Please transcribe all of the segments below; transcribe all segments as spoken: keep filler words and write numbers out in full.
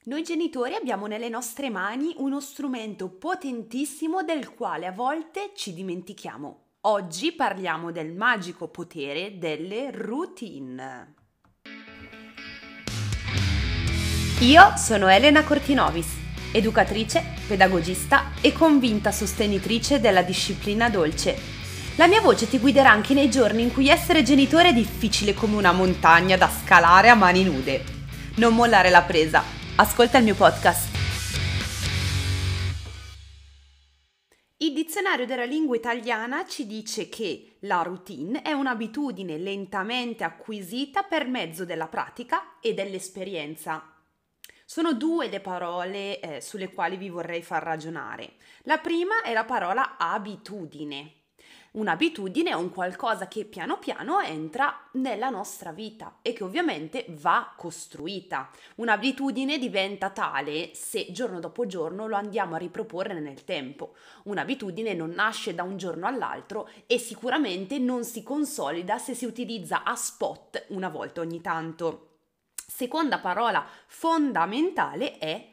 Noi genitori abbiamo nelle nostre mani uno strumento potentissimo del quale a volte ci dimentichiamo. Oggi parliamo del magico potere delle routine. Io sono Elena Cortinovis, educatrice, pedagogista e convinta sostenitrice della disciplina dolce. La mia voce ti guiderà anche nei giorni in cui essere genitore è difficile come una montagna da scalare a mani nude. Non mollare la presa. Ascolta il mio podcast. Il dizionario della lingua italiana ci dice che la routine è un'abitudine lentamente acquisita per mezzo della pratica e dell'esperienza. Sono due le parole eh, sulle quali vi vorrei far ragionare. La prima è la parola abitudine. Un'abitudine è un qualcosa che piano piano entra nella nostra vita e che ovviamente va costruita. Un'abitudine diventa tale se giorno dopo giorno lo andiamo a riproporre nel tempo. Un'abitudine non nasce da un giorno all'altro e sicuramente non si consolida se si utilizza a spot una volta ogni tanto. Seconda parola fondamentale è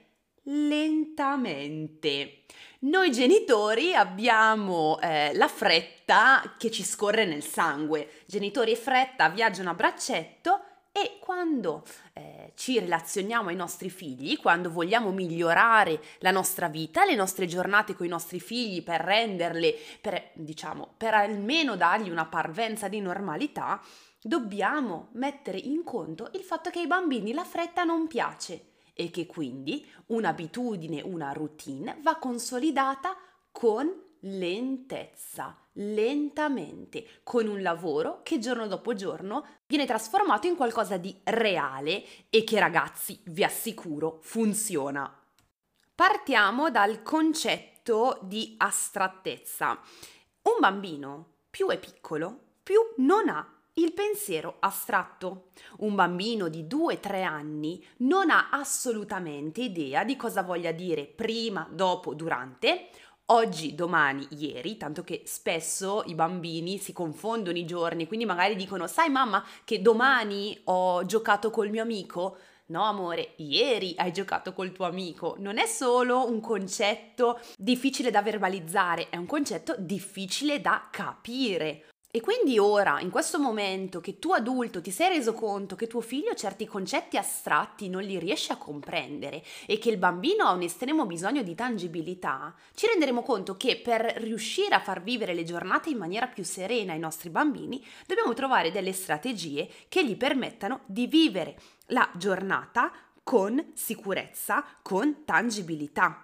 lentamente. Noi genitori abbiamo eh, la fretta che ci scorre nel sangue. Genitori e fretta viaggiano a braccetto e quando eh, ci relazioniamo ai nostri figli, quando vogliamo migliorare la nostra vita, le nostre giornate con i nostri figli per renderle, per, diciamo, per almeno dargli una parvenza di normalità, dobbiamo mettere in conto il fatto che ai bambini la fretta non piace e che quindi un'abitudine, una routine va consolidata con lentezza, lentamente, con un lavoro che giorno dopo giorno viene trasformato in qualcosa di reale e che, ragazzi, vi assicuro, funziona. Partiamo dal concetto di astrattezza. Un bambino più è piccolo, più non ha il pensiero astratto. Un bambino di due tre anni non ha assolutamente idea di cosa voglia dire prima, dopo, durante, oggi, domani, ieri, tanto che spesso i bambini si confondono i giorni, quindi magari dicono: sai mamma che domani ho giocato col mio amico? No amore, ieri hai giocato col tuo amico. Non è solo un concetto difficile da verbalizzare, è un concetto difficile da capire. E quindi ora, in questo momento che tu adulto ti sei reso conto che tuo figlio certi concetti astratti non li riesce a comprendere e che il bambino ha un estremo bisogno di tangibilità, ci renderemo conto che per riuscire a far vivere le giornate in maniera più serena ai nostri bambini, dobbiamo trovare delle strategie che gli permettano di vivere la giornata con sicurezza, con tangibilità.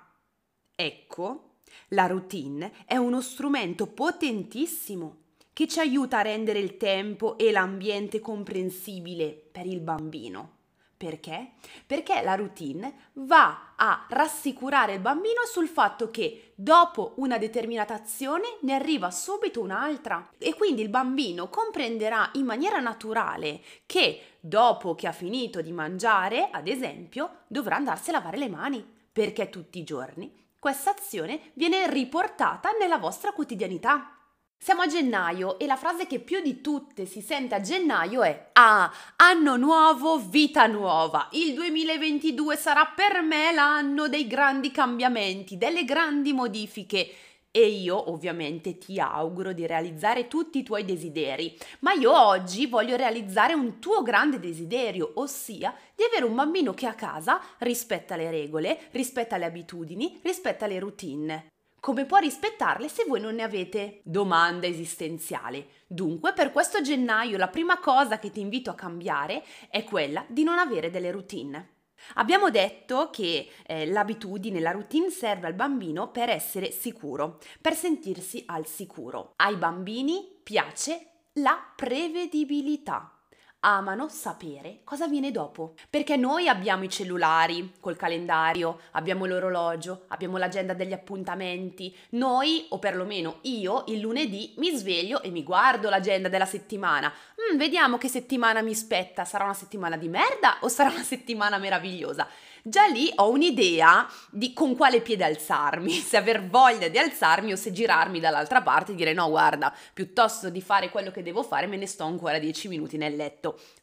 Ecco, la routine è uno strumento potentissimo che ci aiuta a rendere il tempo e l'ambiente comprensibile per il bambino. Perché? Perché la routine va a rassicurare il bambino sul fatto che dopo una determinata azione ne arriva subito un'altra e quindi il bambino comprenderà in maniera naturale che dopo che ha finito di mangiare, ad esempio, dovrà andarsi a lavare le mani, perché tutti i giorni questa azione viene riportata nella vostra quotidianità. Siamo a gennaio e la frase che più di tutte si sente a gennaio è: ah, anno nuovo, vita nuova. Il duemilaventidue sarà per me l'anno dei grandi cambiamenti, delle grandi modifiche. E io ovviamente ti auguro di realizzare tutti i tuoi desideri, ma io oggi voglio realizzare un tuo grande desiderio, ossia di avere un bambino che a casa rispetta le regole, rispetta le abitudini, rispetta le routine. Come può rispettarle se voi non ne avete? Domanda esistenziale. Dunque, per questo gennaio la prima cosa che ti invito a cambiare è quella di non avere delle routine. Abbiamo detto che eh, l'abitudine, la routine serve al bambino per essere sicuro, per sentirsi al sicuro. Ai bambini piace la prevedibilità. Amano sapere cosa viene dopo, perché noi abbiamo i cellulari col calendario, abbiamo l'orologio, abbiamo l'agenda degli appuntamenti. Noi, o perlomeno io, il lunedì mi sveglio e mi guardo l'agenda della settimana. Mm, vediamo che settimana mi spetta, sarà una settimana di merda o sarà una settimana meravigliosa? Già lì ho un'idea di con quale piede alzarmi, se aver voglia di alzarmi o se girarmi dall'altra parte e dire no guarda, piuttosto di fare quello che devo fare me ne sto ancora dieci minuti nel letto.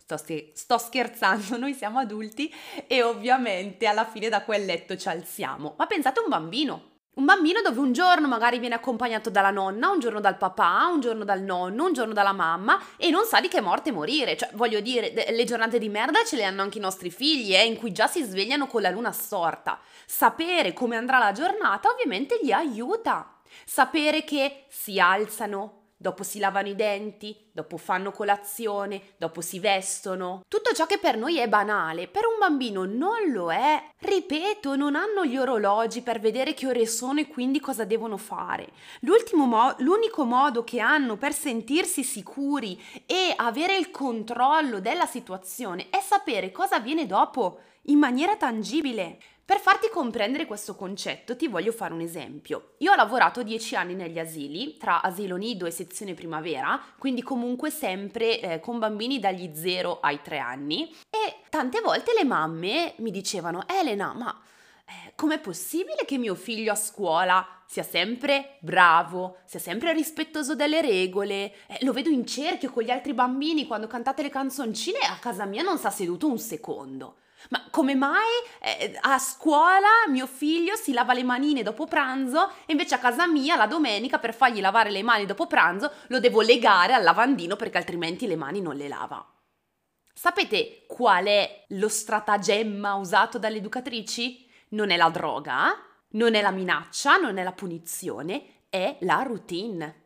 sto, scher- sto scherzando, noi siamo adulti e ovviamente alla fine da quel letto ci alziamo. Ma pensate a un bambino. Un bambino dove un giorno magari viene accompagnato dalla nonna, un giorno dal papà, un giorno dal nonno, un giorno dalla mamma e non sa di che morte morire. Cioè, voglio dire, de- le giornate di merda ce le hanno anche i nostri figli, eh, in cui già si svegliano con la luna storta. Sapere come andrà la giornata ovviamente li aiuta. Sapere che si alzano, dopo si lavano i denti, dopo fanno colazione, dopo si vestono. Tutto ciò che per noi è banale, per un bambino non lo è. Ripeto, non hanno gli orologi per vedere che ore sono e quindi cosa devono fare. L'ultimo mo- l'unico modo che hanno per sentirsi sicuri e avere il controllo della situazione è sapere cosa viene dopo, in maniera tangibile. Per farti comprendere questo concetto ti voglio fare un esempio. Io ho lavorato dieci anni negli asili, tra asilo nido e sezione primavera, quindi comunque sempre eh, con bambini dagli zero ai tre anni e tante volte le mamme mi dicevano Elena, ma eh, com'è possibile che mio figlio a scuola sia sempre bravo, sia sempre rispettoso delle regole, eh, lo vedo in cerchio con gli altri bambini quando cantate le canzoncine e a casa mia non sta seduto un secondo. Ma come mai eh, a scuola mio figlio si lava le manine dopo pranzo e invece a casa mia la domenica per fargli lavare le mani dopo pranzo lo devo legare al lavandino perché altrimenti le mani non le lava? Sapete qual è lo stratagemma usato dalle educatrici? Non è la droga, non è la minaccia, non è la punizione, è la routine.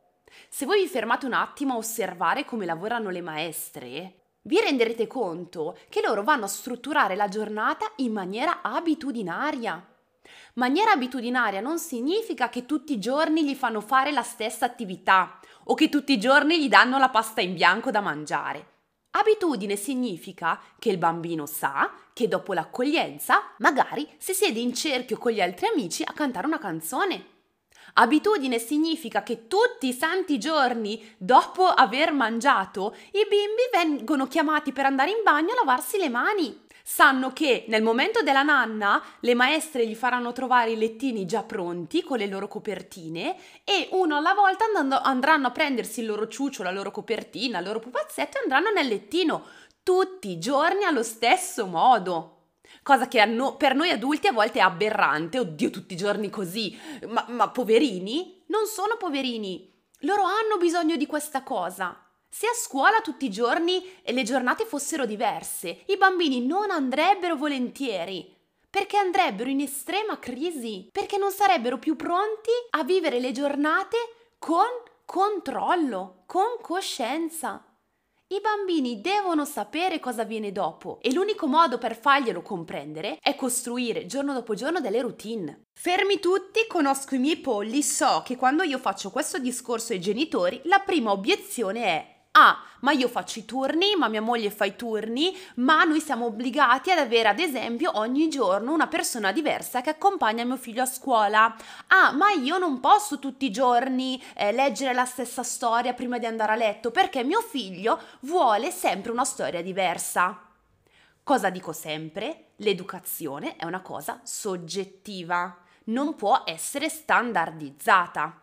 Se voi vi fermate un attimo a osservare come lavorano le maestre, vi renderete conto che loro vanno a strutturare la giornata in maniera abitudinaria. Maniera abitudinaria non significa che tutti i giorni gli fanno fare la stessa attività o che tutti i giorni gli danno la pasta in bianco da mangiare. Abitudine significa che il bambino sa che dopo l'accoglienza magari si siede in cerchio con gli altri amici a cantare una canzone. Abitudine significa che tutti i santi giorni, dopo aver mangiato, i bimbi vengono chiamati per andare in bagno a lavarsi le mani. Sanno che nel momento della nanna le maestre gli faranno trovare i lettini già pronti con le loro copertine e uno alla volta andando, andranno a prendersi il loro ciuccio, la loro copertina, il loro pupazzetto e andranno nel lettino tutti i giorni allo stesso modo. Cosa che no, per noi adulti a volte è aberrante, oddio tutti i giorni così, ma, ma poverini? Non sono poverini, loro hanno bisogno di questa cosa. Se a scuola tutti i giorni le giornate fossero diverse, i bambini non andrebbero volentieri, perché andrebbero in estrema crisi, perché non sarebbero più pronti a vivere le giornate con controllo, con coscienza. I bambini devono sapere cosa viene dopo e l'unico modo per farglielo comprendere è costruire giorno dopo giorno delle routine. Fermi tutti, conosco i miei polli, so che quando io faccio questo discorso ai genitori la prima obiezione è ah, ma io faccio i turni, ma mia moglie fa i turni, ma noi siamo obbligati ad avere ad esempio ogni giorno una persona diversa che accompagna mio figlio a scuola. Ah, ma io non posso tutti i giorni eh, leggere la stessa storia prima di andare a letto perché mio figlio vuole sempre una storia diversa. Cosa dico sempre? L'educazione è una cosa soggettiva, non può essere standardizzata.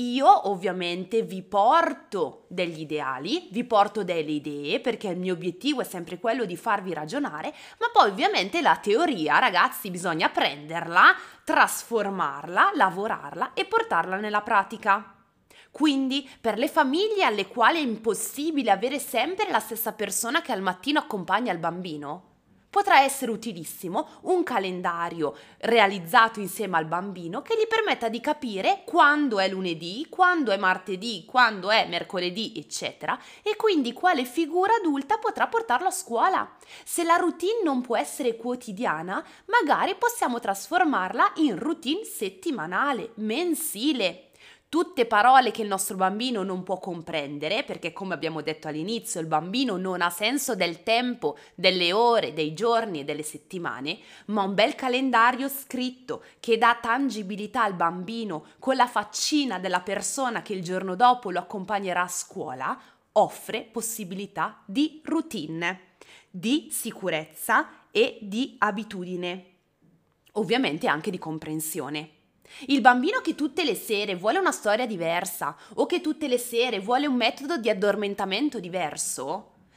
Io ovviamente vi porto degli ideali, vi porto delle idee perché il mio obiettivo è sempre quello di farvi ragionare, ma poi ovviamente la teoria, ragazzi, bisogna prenderla, trasformarla, lavorarla e portarla nella pratica. Quindi per le famiglie alle quali è impossibile avere sempre la stessa persona che al mattino accompagna il bambino, potrà essere utilissimo un calendario realizzato insieme al bambino che gli permetta di capire quando è lunedì, quando è martedì, quando è mercoledì, eccetera, e quindi quale figura adulta potrà portarlo a scuola. Se la routine non può essere quotidiana, magari possiamo trasformarla in routine settimanale, mensile. Tutte parole che il nostro bambino non può comprendere, perché come abbiamo detto all'inizio, il bambino non ha senso del tempo, delle ore, dei giorni e delle settimane, ma un bel calendario scritto che dà tangibilità al bambino con la faccina della persona che il giorno dopo lo accompagnerà a scuola, offre possibilità di routine, di sicurezza e di abitudine, ovviamente anche di comprensione. Il bambino che tutte le sere vuole una storia diversa o che tutte le sere vuole un metodo di addormentamento diverso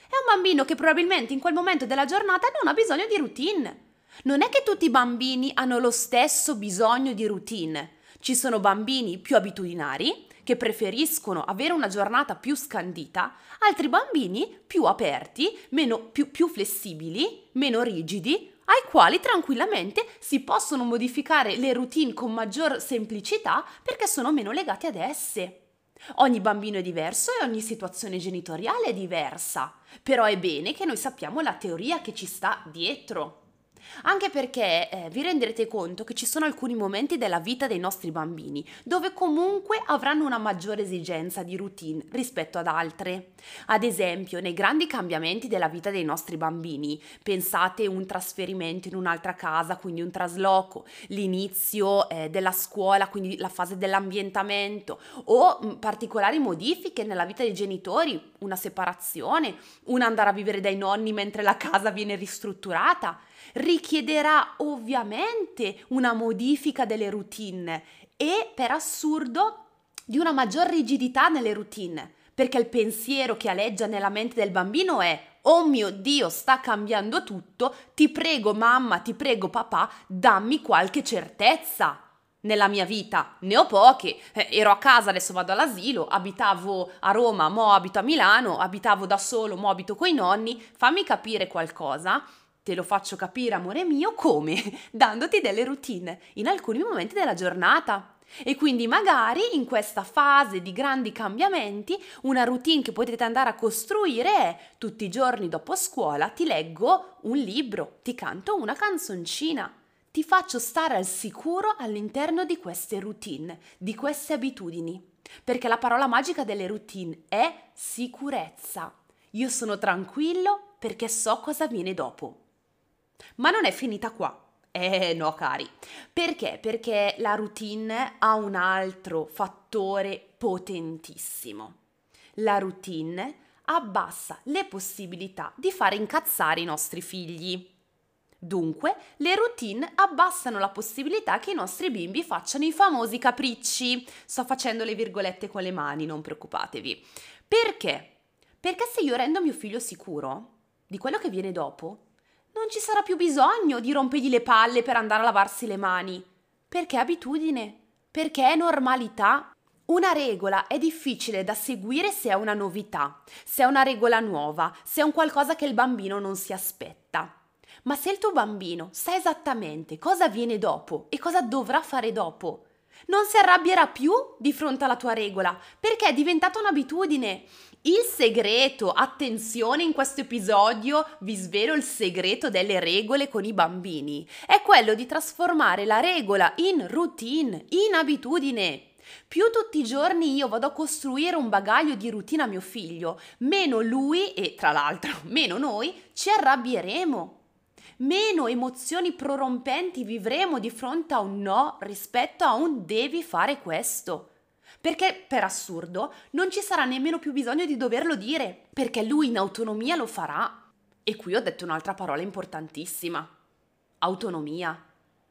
È un bambino che probabilmente in quel momento della giornata non ha bisogno di routine. Non è che tutti i bambini hanno lo stesso bisogno di routine. Ci sono bambini più abitudinari che preferiscono avere una giornata più scandita, altri bambini più aperti, meno, più, più flessibili, meno rigidi, ai quali tranquillamente si possono modificare le routine con maggior semplicità perché sono meno legati ad esse. Ogni bambino è diverso e ogni situazione genitoriale è diversa, però è bene che noi sappiamo la teoria che ci sta dietro. Anche perché eh, vi renderete conto che ci sono alcuni momenti della vita dei nostri bambini dove comunque avranno una maggiore esigenza di routine rispetto ad altre. Ad esempio, nei grandi cambiamenti della vita dei nostri bambini, pensate un trasferimento in un'altra casa, quindi un trasloco, l'inizio eh, della scuola, quindi la fase dell'ambientamento o mh, particolari modifiche nella vita dei genitori, una separazione, un andare a vivere dai nonni mentre la casa viene ristrutturata. Richiederà ovviamente una modifica delle routine e per assurdo di una maggior rigidità nelle routine, perché il pensiero che aleggia nella mente del bambino è: oh mio Dio, sta cambiando tutto, ti prego mamma, ti prego papà, dammi qualche certezza. Nella mia vita ne ho poche, eh, ero a casa, adesso vado all'asilo, abitavo a Roma, mo abito a Milano, abitavo da solo, mo abito coi nonni, fammi capire qualcosa. Te lo faccio capire, amore mio, come? Dandoti delle routine in alcuni momenti della giornata. E quindi magari in questa fase di grandi cambiamenti una routine che potete andare a costruire è: tutti i giorni dopo scuola ti leggo un libro, ti canto una canzoncina, ti faccio stare al sicuro all'interno di queste routine, di queste abitudini. Perché la parola magica delle routine è sicurezza. Io sono tranquillo perché so cosa viene dopo. Ma non è finita qua. Eh no, cari. Perché? Perché la routine ha un altro fattore potentissimo. La routine abbassa le possibilità di fare incazzare i nostri figli. Dunque, le routine abbassano la possibilità che i nostri bimbi facciano i famosi capricci. Sto facendo le virgolette con le mani, non preoccupatevi. Perché? Perché se io rendo mio figlio sicuro di quello che viene dopo, non ci sarà più bisogno di rompergli le palle per andare a lavarsi le mani, perché è abitudine, perché è normalità. Una regola è difficile da seguire se è una novità, se è una regola nuova, se è un qualcosa che il bambino non si aspetta. Ma se il tuo bambino sa esattamente cosa viene dopo e cosa dovrà fare dopo, non si arrabbierà più di fronte alla tua regola, perché è diventata un'abitudine. Il segreto, attenzione, in questo episodio vi svelo il segreto delle regole con i bambini, è quello di trasformare la regola in routine, in abitudine. Più tutti i giorni io vado a costruire un bagaglio di routine a mio figlio, meno lui e tra l'altro meno noi ci arrabbieremo. Meno emozioni prorompenti vivremo di fronte a un no rispetto a un devi fare questo. Perché, per assurdo, non ci sarà nemmeno più bisogno di doverlo dire, perché lui in autonomia lo farà. E qui ho detto un'altra parola importantissima: autonomia.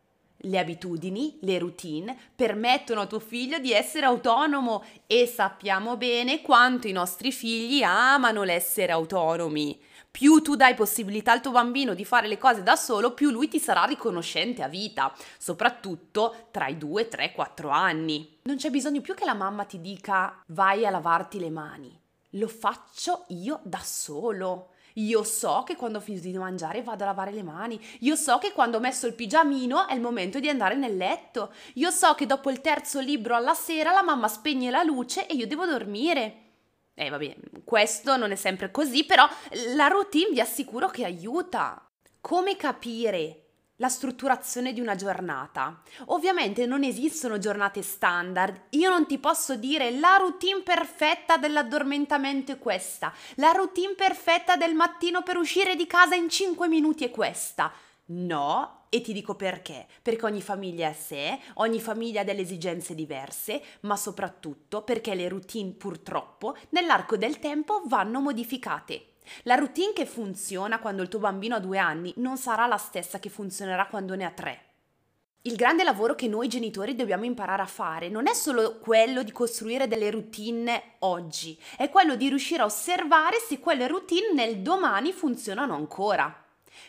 Le abitudini, le routine, permettono a tuo figlio di essere autonomo e sappiamo bene quanto i nostri figli amano l'essere autonomi. Più tu dai possibilità al tuo bambino di fare le cose da solo, più lui ti sarà riconoscente a vita, soprattutto tra i due, tre, quattro anni. Non c'è bisogno più che la mamma ti dica vai a lavarti le mani. Lo faccio io da solo. Io so che quando ho finito di mangiare vado a lavare le mani. Io so che quando ho messo il pigiamino è il momento di andare nel letto. Io so che dopo il terzo libro alla sera la mamma spegne la luce e io devo dormire. Eh vabbè, questo non è sempre così, però la routine vi assicuro che aiuta. Come capire la strutturazione di una giornata? Ovviamente non esistono giornate standard. Io non ti posso dire la routine perfetta dell'addormentamento è questa, la routine perfetta del mattino per uscire di casa in cinque minuti è questa. No, e ti dico perché. Perché ogni famiglia è a sé, ogni famiglia ha delle esigenze diverse, ma soprattutto perché le routine purtroppo nell'arco del tempo vanno modificate. La routine che funziona quando il tuo bambino ha due anni non sarà la stessa che funzionerà quando ne ha tre. Il grande lavoro che noi genitori dobbiamo imparare a fare non è solo quello di costruire delle routine oggi, è quello di riuscire a osservare se quelle routine nel domani funzionano ancora.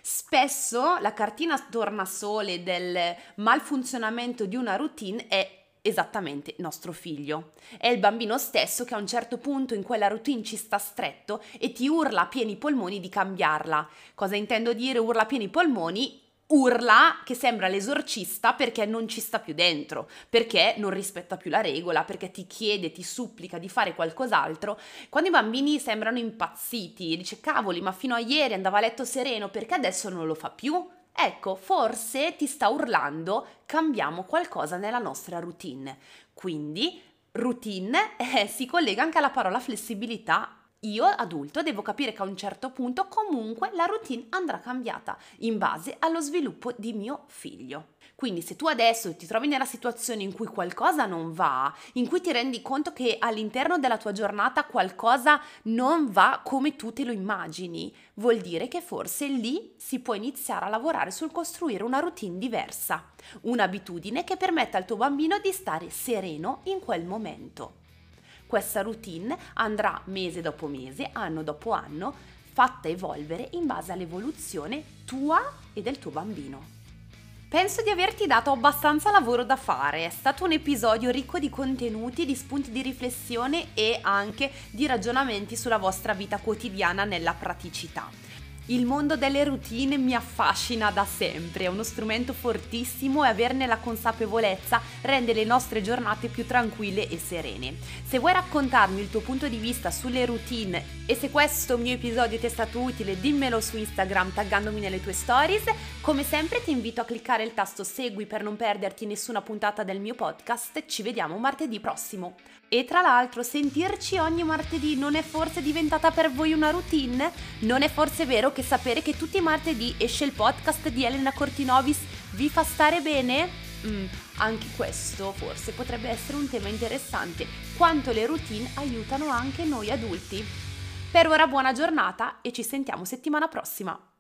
Spesso la cartina tornasole del malfunzionamento di una routine è esattamente nostro figlio. È il bambino stesso che a un certo punto in quella routine ci sta stretto e ti urla a pieni polmoni di cambiarla. Cosa intendo dire urla a pieni polmoni? Urla che sembra l'esorcista perché non ci sta più dentro, perché non rispetta più la regola, perché ti chiede, ti supplica di fare qualcos'altro. Quando i bambini sembrano impazziti, dice cavoli, ma fino a ieri andava a letto sereno, perché adesso non lo fa più? Ecco, forse ti sta urlando, cambiamo qualcosa nella nostra routine. Quindi routine eh, si collega anche alla parola flessibilità. Io, adulto, devo capire che a un certo punto comunque la routine andrà cambiata in base allo sviluppo di mio figlio. Quindi se tu adesso ti trovi nella situazione in cui qualcosa non va, in cui ti rendi conto che all'interno della tua giornata qualcosa non va come tu te lo immagini, vuol dire che forse lì si può iniziare a lavorare sul costruire una routine diversa, un'abitudine che permetta al tuo bambino di stare sereno in quel momento. Questa routine andrà mese dopo mese, anno dopo anno, fatta evolvere in base all'evoluzione tua e del tuo bambino. Penso di averti dato abbastanza lavoro da fare, è stato un episodio ricco di contenuti, di spunti di riflessione e anche di ragionamenti sulla vostra vita quotidiana nella praticità. Il mondo delle routine mi affascina da sempre, è uno strumento fortissimo e averne la consapevolezza rende le nostre giornate più tranquille e serene. Se vuoi raccontarmi il tuo punto di vista sulle routine e se questo mio episodio ti è stato utile, dimmelo su Instagram taggandomi nelle tue stories. Come sempre ti invito a cliccare il tasto segui per non perderti nessuna puntata del mio podcast. Ci vediamo martedì prossimo. E tra l'altro sentirci ogni martedì non è forse diventata per voi una routine? Non è forse vero che sapere che tutti i martedì esce il podcast di Elena Cortinovis vi fa stare bene? Mm, anche questo forse potrebbe essere un tema interessante, quanto le routine aiutano anche noi adulti. Per ora buona giornata e ci sentiamo settimana prossima.